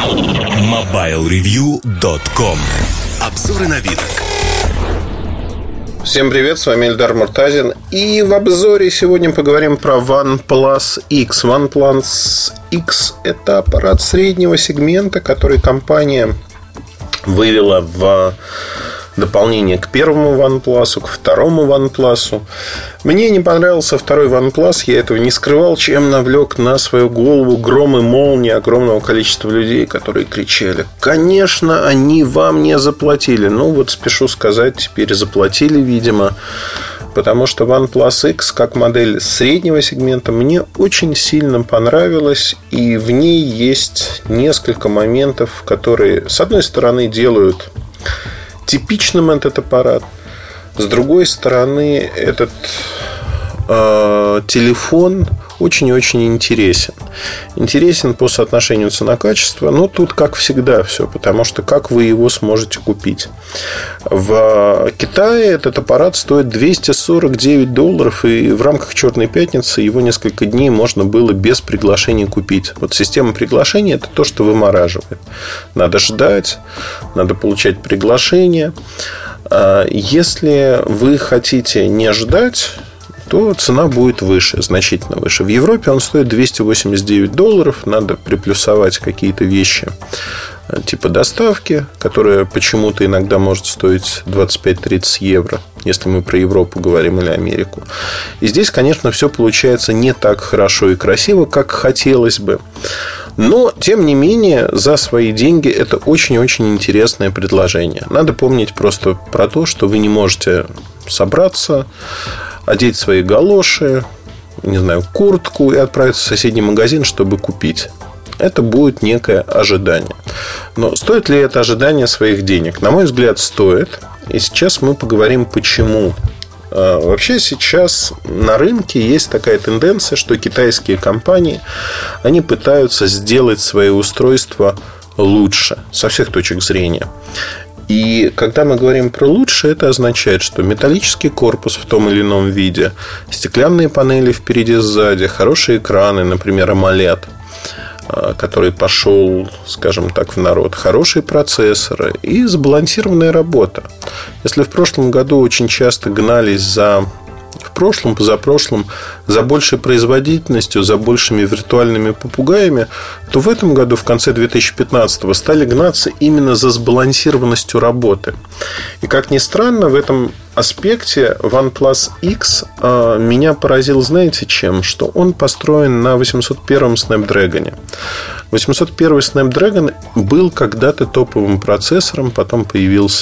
MobileReview.com. Обзоры новинок. Всем привет, с вами Эльдар Муртазин. И в обзоре сегодня поговорим про OnePlus X. OnePlus X – это аппарат среднего сегмента, который компания вывела в дополнение к первому OnePlus, к второму OnePlus. Мне не понравился второй OnePlus, я этого не скрывал, чем навлек на свою голову гром и молнии огромного количества людей, которые кричали: конечно, они вам не заплатили. Ну вот спешу сказать, теперь заплатили, видимо. Потому что OnePlus X, как модель среднего сегмента, мне очень сильно понравилась. И в ней есть несколько моментов, которые, с одной стороны, делают типичным этот аппарат. С другой стороны, этот телефон очень-очень интересен. Интересен по соотношению цена-качество. Но тут, как всегда, все. Потому что как вы его сможете купить? В Китае этот аппарат стоит $249. И в рамках Черной пятницы его несколько дней можно было без приглашения купить. Вот система приглашения – это то, что вымораживает. Надо ждать, надо получать приглашение. Если вы хотите не ждать, то цена будет выше, значительно выше. В Европе он стоит $289. Надо приплюсовать какие-то вещи типа доставки, которая почему-то иногда может стоить 25-30 евро, если мы про Европу говорим или Америку. И здесь, конечно, все получается не так хорошо и красиво, как хотелось бы. Но, тем не менее, за свои деньги это очень-очень интересное предложение. Надо помнить просто про то, что вы не можете собраться, одеть свои галоши, не знаю, куртку и отправиться в соседний магазин, чтобы купить. Это будет некое ожидание. Но стоит ли это ожидание своих денег? На мой взгляд, стоит. И сейчас мы поговорим, почему. Вообще сейчас на рынке есть такая тенденция, что китайские компании, они пытаются сделать свои устройства лучше со всех точек зрения. И когда мы говорим про лучше, это означает, что металлический корпус в том или ином виде, стеклянные панели впереди и сзади, хорошие экраны, например, AMOLED, который пошел, скажем так, в народ, хорошие процессоры и сбалансированная работа. Если в прошлом году очень часто гнались позапрошлом, за большей производительностью, за большими виртуальными попугаями, то в этом году, в конце 2015-го, стали гнаться именно за сбалансированностью работы. И, как ни странно, в этом аспекте OnePlus X меня поразил, знаете, чем? Что он построен на 801-м Snapdragon. 801-й Snapdragon был когда-то топовым процессором, потом появилось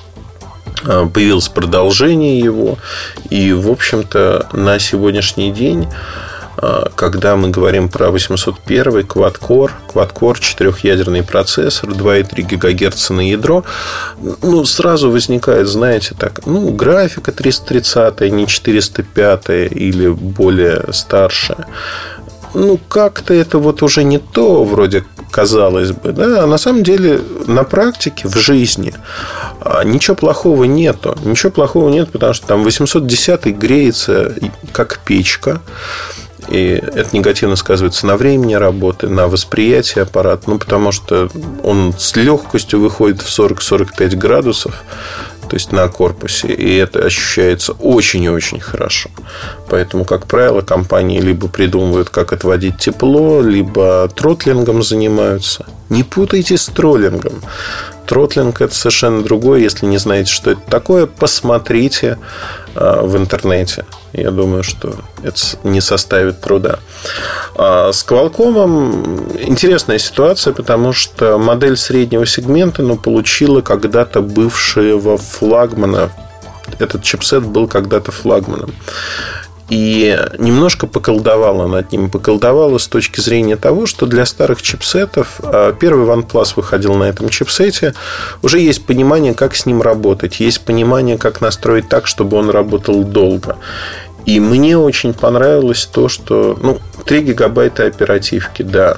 продолжение его. И, в общем-то, на сегодняшний день, когда мы говорим про 801 Quad-Core 4-ядерный процессор, 2,3 ГГц на ядро, сразу возникает, знаете, так, графика 330, не 405 или более старшая. Как-то это вот уже не то, вроде казалось бы, да? А на самом деле на практике, в жизни ничего плохого нету. Ничего плохого нет, потому что там 810 греется как печка. И это негативно сказывается на времени работы, на восприятии аппарата. Потому что он с легкостью выходит в 40-45 градусов, то есть на корпусе. И это ощущается очень и очень хорошо. Поэтому, как правило, компании либо придумывают, как отводить тепло, либо тротлингом занимаются. Не путайте с троллингом. Тротлинг – это совершенно другое. Если не знаете, что это такое, посмотрите в интернете. Я думаю, что это не составит труда. С Qualcomm интересная ситуация, потому что модель среднего сегмента получила когда-то бывшего флагмана. Этот чипсет был когда-то флагманом. И немножко поколдовала над ним. Поколдовала с точки зрения того, что для старых чипсетов, первый OnePlus выходил на этом чипсете, уже есть понимание, как с ним работать. Есть понимание, как настроить так, чтобы он работал долго. И мне очень понравилось то, что 3 гигабайта оперативки, да.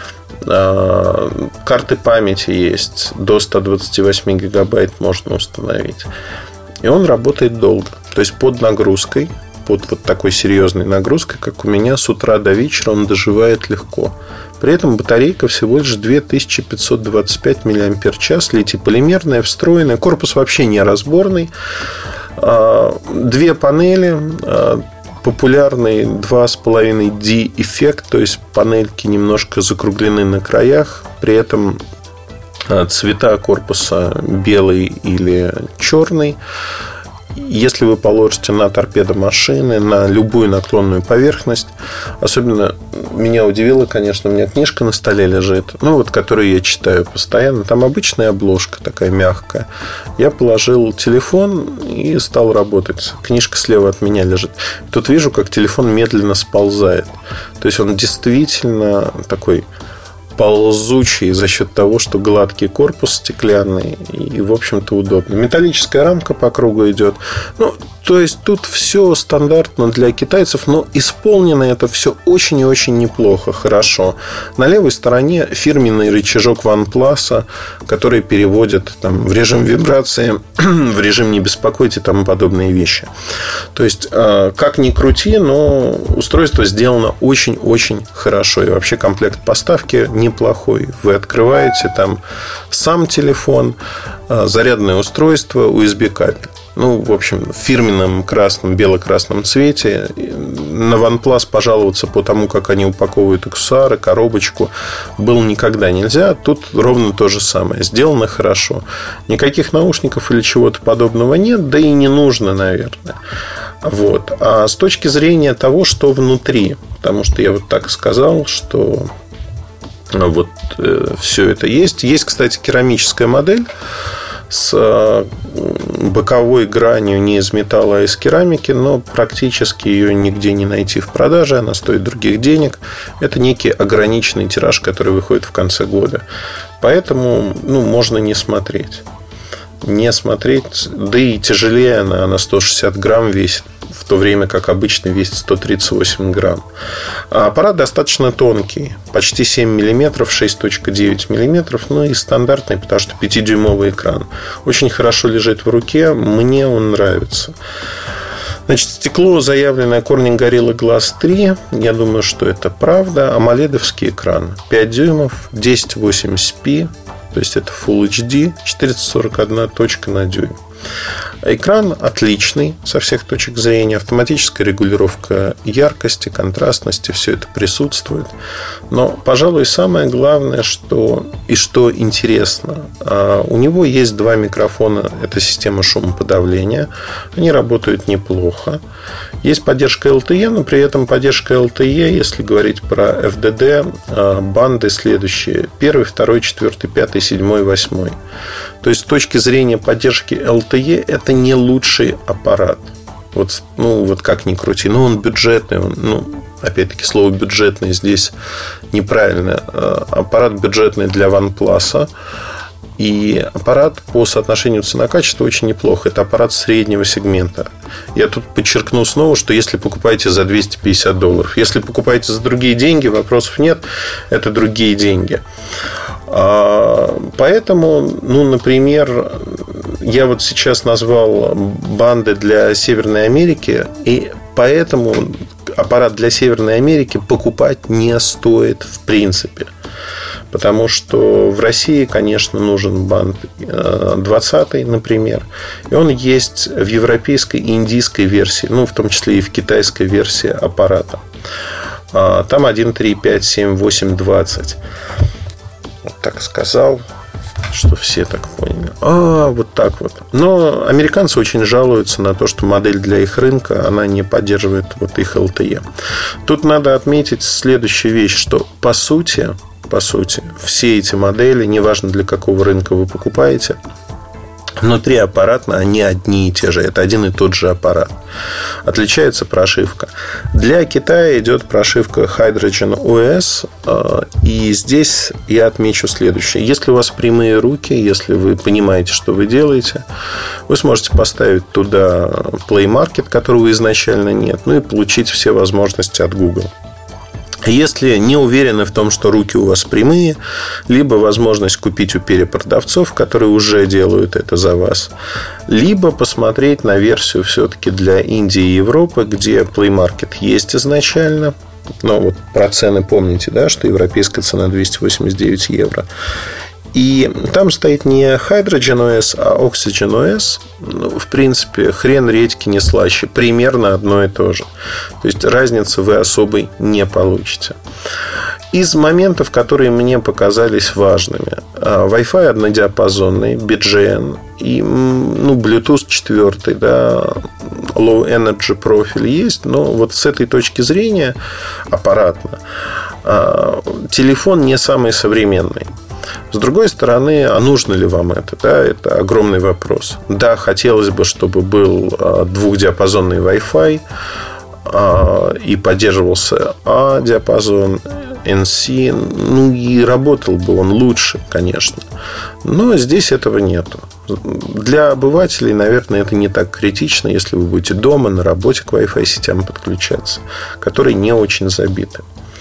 Карты памяти есть. До 128 гигабайт можно установить. И он работает долго. То есть под нагрузкой, под вот такой серьезной нагрузкой, как у меня, с утра до вечера он доживает легко. При этом батарейка всего лишь 2525 мАч, литий-полимерная, встроенная. Корпус вообще не разборный. Две панели, популярный 2,5D эффект, то есть панельки немножко закруглены на краях, при этом цвета корпуса белый или черный. Если вы положите на торпедо машины, на любую наклонную поверхность, особенно меня удивило, конечно, у меня книжка на столе лежит, которую я читаю постоянно, там обычная обложка такая мягкая. Я положил телефон и стал работать. Книжка слева от меня лежит. Тут вижу, как телефон медленно сползает. То есть он действительно такой ползучий за счет того, что гладкий корпус стеклянный и, в общем-то, удобно. Металлическая рамка по кругу идет. То есть тут все стандартно для китайцев, но исполнено это все очень и очень неплохо, хорошо. На левой стороне фирменный рычажок OnePlus, который переводит в режим вибрации, в режим не беспокойте и тому подобные вещи. То есть, как ни крути, но устройство сделано очень-очень хорошо. И вообще комплект поставки неплохой. Вы открываете там сам телефон, зарядное устройство, USB кабель. В общем, в фирменном красном, бело-красном цвете. На OnePlus пожаловаться по тому, как они упаковывают аксессуары, коробочку, было никогда нельзя. Тут ровно то же самое. Сделано хорошо. Никаких наушников или чего-то подобного нет, да и не нужно, наверное. А с точки зрения того, что внутри, потому что я так сказал, что все это есть. Есть, кстати, керамическая модель с боковой гранью не из металла, а из керамики, но практически ее нигде не найти в продаже. Она стоит других денег. Это некий ограниченный тираж, который выходит в конце года. Поэтому можно не смотреть. Да и тяжелее она 160 грамм весит, в то время как обычно весит 138 грамм. А аппарат достаточно тонкий, почти 7 мм, 6,9 мм, и стандартный, потому что 5-дюймовый экран. Очень хорошо лежит в руке, мне он нравится. Стекло заявленное Corning Gorilla Glass 3. Я думаю, что это правда. AMOLED-овский экран 5 дюймов, 1080p. То есть это Full HD, 441 точка на дюйм. Экран отличный со всех точек зрения. Автоматическая регулировка яркости, контрастности, все это присутствует. Но, пожалуй, самое главное, что интересно, у него есть два микрофона. Это система шумоподавления. Они работают неплохо. Есть поддержка LTE, но при этом поддержка LTE, если говорить про FDD, банды следующие: 1, 2, 4, 5, 7, 8. То есть с точки зрения поддержки LTE это не лучший аппарат. Как ни крути. Он бюджетный. Опять-таки слово бюджетный здесь неправильно. Аппарат бюджетный для OnePlus. И аппарат по соотношению цена-качество очень неплохо. Это аппарат среднего сегмента. Я тут подчеркну снова, что если покупаете за $250, если покупаете за другие деньги, вопросов нет. Это другие деньги. Поэтому, например, я сейчас назвал банды для Северной Америки, и поэтому аппарат для Северной Америки покупать не стоит в принципе. Потому что в России, конечно, нужен банд 20, например. И он есть в европейской и индийской версии, в том числе и в китайской версии аппарата. Там 1, 3, 5, 7, 8, 20. Так сказал, что все так поняли. Вот так вот. Но американцы очень жалуются на то, что модель для их рынка, она не поддерживает их LTE. Тут надо отметить следующую вещь, что по сути, все эти модели, неважно для какого рынка вы покупаете, внутри аппарата они одни и те же. Это один и тот же аппарат. Отличается прошивка. Для Китая идет прошивка Hydrogen OS. И здесь я отмечу следующее. Если у вас прямые руки, если вы понимаете, что вы делаете, вы сможете поставить туда Play Market, которого изначально нет, и получить все возможности от Google. Если не уверены в том, что руки у вас прямые, либо возможность купить у перепродавцов, которые уже делают это за вас, либо посмотреть на версию все-таки для Индии и Европы, где Play Market есть изначально, Но вот про цены помните, да, что европейская цена 289 евро. И там стоит не Hydrogen OS, а Oxygen OS. Ну, в принципе, хрен редьки не слаще. Примерно одно и то же. То есть разницы вы особой не получите. Из моментов, которые мне показались важными: Wi-Fi однодиапазонный, BGN и Bluetooth 4, да, Low Energy профиль есть. Но вот с этой точки зрения аппаратно телефон не самый современный. С другой стороны, а нужно ли вам это? Да, это огромный вопрос. Да, хотелось бы, чтобы был двухдиапазонный Wi-Fi и поддерживался A-диапазон, NC. Ну и работал бы он лучше, конечно. Но здесь этого нету. Для обывателей, наверное, это не так критично, если вы будете дома, на работе к Wi-Fi сетям подключаться, которые не очень забиты.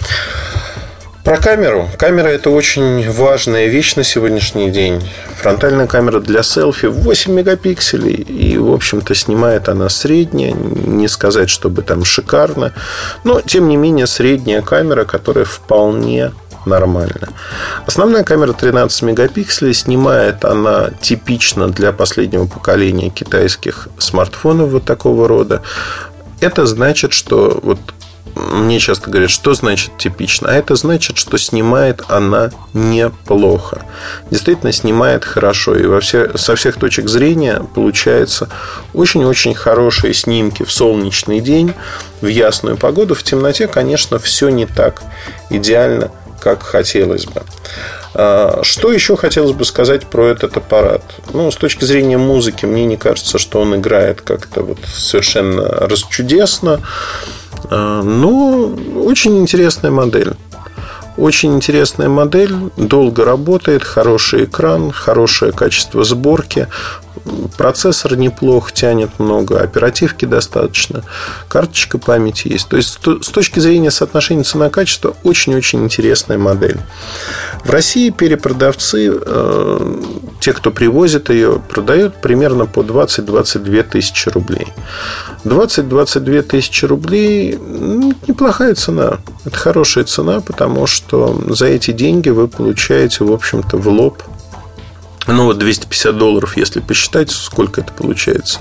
Про камеру. Камера – это очень важная вещь на сегодняшний день. Фронтальная камера для селфи 8 мегапикселей. И, в общем-то, снимает она средняя. Не сказать, чтобы там шикарно. Но, тем не менее, средняя камера, которая вполне нормально. Основная камера 13 мегапикселей. Снимает она типично для последнего поколения китайских смартфонов вот такого рода. Это значит, что вот мне часто говорят, что значит типично. А это значит, что снимает она неплохо. Действительно снимает хорошо. И со всех точек зрения получается очень-очень хорошие снимки в солнечный день, в ясную погоду. В темноте, конечно, все не так идеально, как хотелось бы. Что еще хотелось бы сказать про этот аппарат? Ну, с точки зрения музыки, мне не кажется, что он играет как-то вот совершенно расчудесно. Но очень интересная модель. Очень интересная модель. Долго работает. Хороший экран. Хорошее качество сборки. Процессор неплох, тянет много. Оперативки достаточно. Карточка памяти есть. То есть с точки зрения соотношения цена-качество очень-очень интересная модель. В России перепродавцы, те, кто привозит ее, продают примерно по 20-22 тысячи рублей. 20-22 тысячи рублей неплохая цена. Это хорошая цена, потому что за эти деньги вы получаете, в общем-то, в лоб. Ну, вот $250, если посчитать, сколько это получается?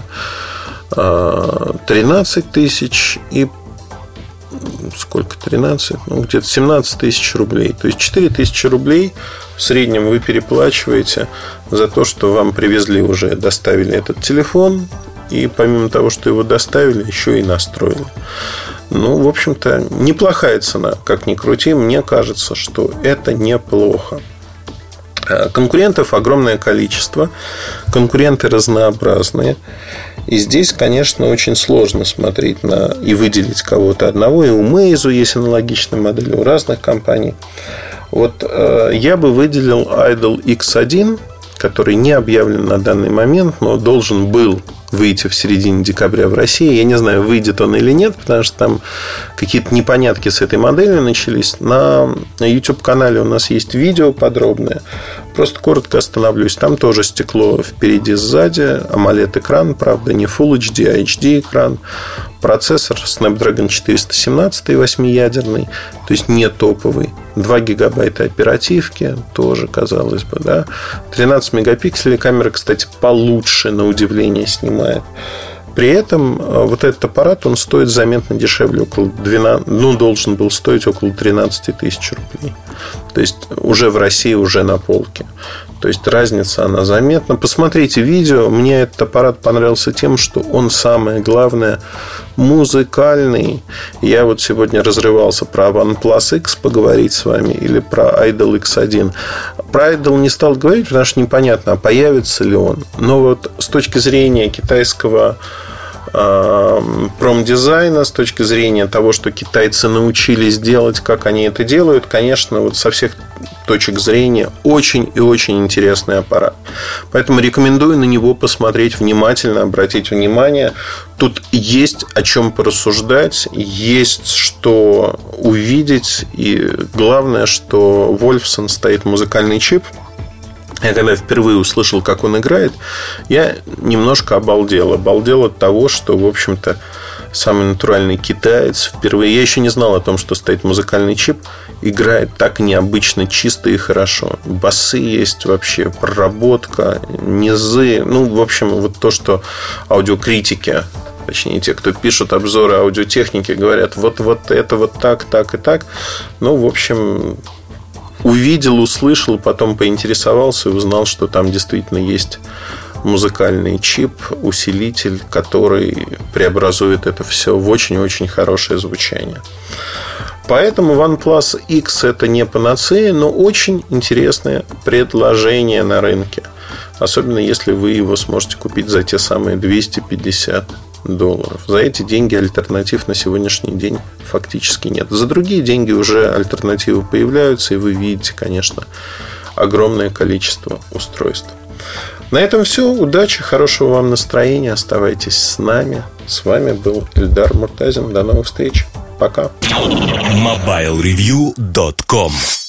13 тысяч и... Сколько? 13? Ну, где-то 17 тысяч рублей. То есть 4 тысячи рублей в среднем вы переплачиваете за то, что вам привезли уже, доставили этот телефон. И помимо того, что его доставили, еще и настроили. Ну, в общем-то, неплохая цена. Как ни крути, мне кажется, что это неплохо. Конкурентов огромное количество. Конкуренты разнообразные. И здесь, конечно, очень сложно смотреть и выделить кого-то одного. И у Meizu есть аналогичные модели у разных компаний. Вот я бы выделил Idol X1, который не объявлен на данный момент, но должен был выйти в середине декабря в России. Я не знаю, выйдет он или нет, потому что там какие-то непонятки с этой моделью начались. На YouTube-канале у нас есть видео подробное. Просто коротко остановлюсь. Там тоже стекло впереди, сзади. AMOLED-экран, правда, не Full HD, а HD-экран. Процессор Snapdragon 417 8-ядерный, то есть не топовый. 2 гигабайта оперативки, тоже, казалось бы, да. 13 мегапикселей. Камера, кстати, получше, на удивление, снимает. При этом вот этот аппарат, он стоит заметно дешевле, около 12, должен был стоить около 13 тысяч рублей. То есть уже в России, уже на полке. То есть разница, она заметна. Посмотрите видео. Мне этот аппарат понравился тем, что он, самое главное, музыкальный. Я вот сегодня разрывался про OnePlus X поговорить с вами или про Idol X1. Про Idol не стал говорить, потому что непонятно, а появится ли он. Но вот с точки зрения китайского промдизайна, с точки зрения того, что китайцы научились делать, как они это делают, конечно, вот со всех точек зрения очень и очень интересный аппарат. Поэтому рекомендую на него посмотреть внимательно, обратить внимание. Тут есть о чем порассуждать, есть что увидеть. И главное, что Wolfson стоит музыкальный чип. Я когда впервые услышал, как он играет, я немножко обалдел. Обалдел от того, что, в общем-то, самый натуральный китаец. Впервые я еще не знал о том, что стоит музыкальный чип. Играет так необычно, чисто и хорошо. Басы есть вообще, проработка, низы. Ну, в общем, вот то, что аудиокритики, точнее, те, кто пишут обзоры аудиотехники, говорят, вот это вот так и так. Ну, в общем, увидел, услышал, потом поинтересовался и узнал, что там действительно есть музыкальный чип, усилитель, который преобразует это все в очень-очень хорошее звучание. Поэтому OnePlus X это не панацея, но очень интересное предложение на рынке. Особенно если вы его сможете купить за те самые $250. За эти деньги альтернатив на сегодняшний день фактически нет. За другие деньги уже альтернативы появляются, и вы видите, конечно, огромное количество устройств. На этом все. Удачи, хорошего вам настроения. Оставайтесь с нами. С вами был Эльдар Муртазин. До новых встреч. Пока. MobileReview.com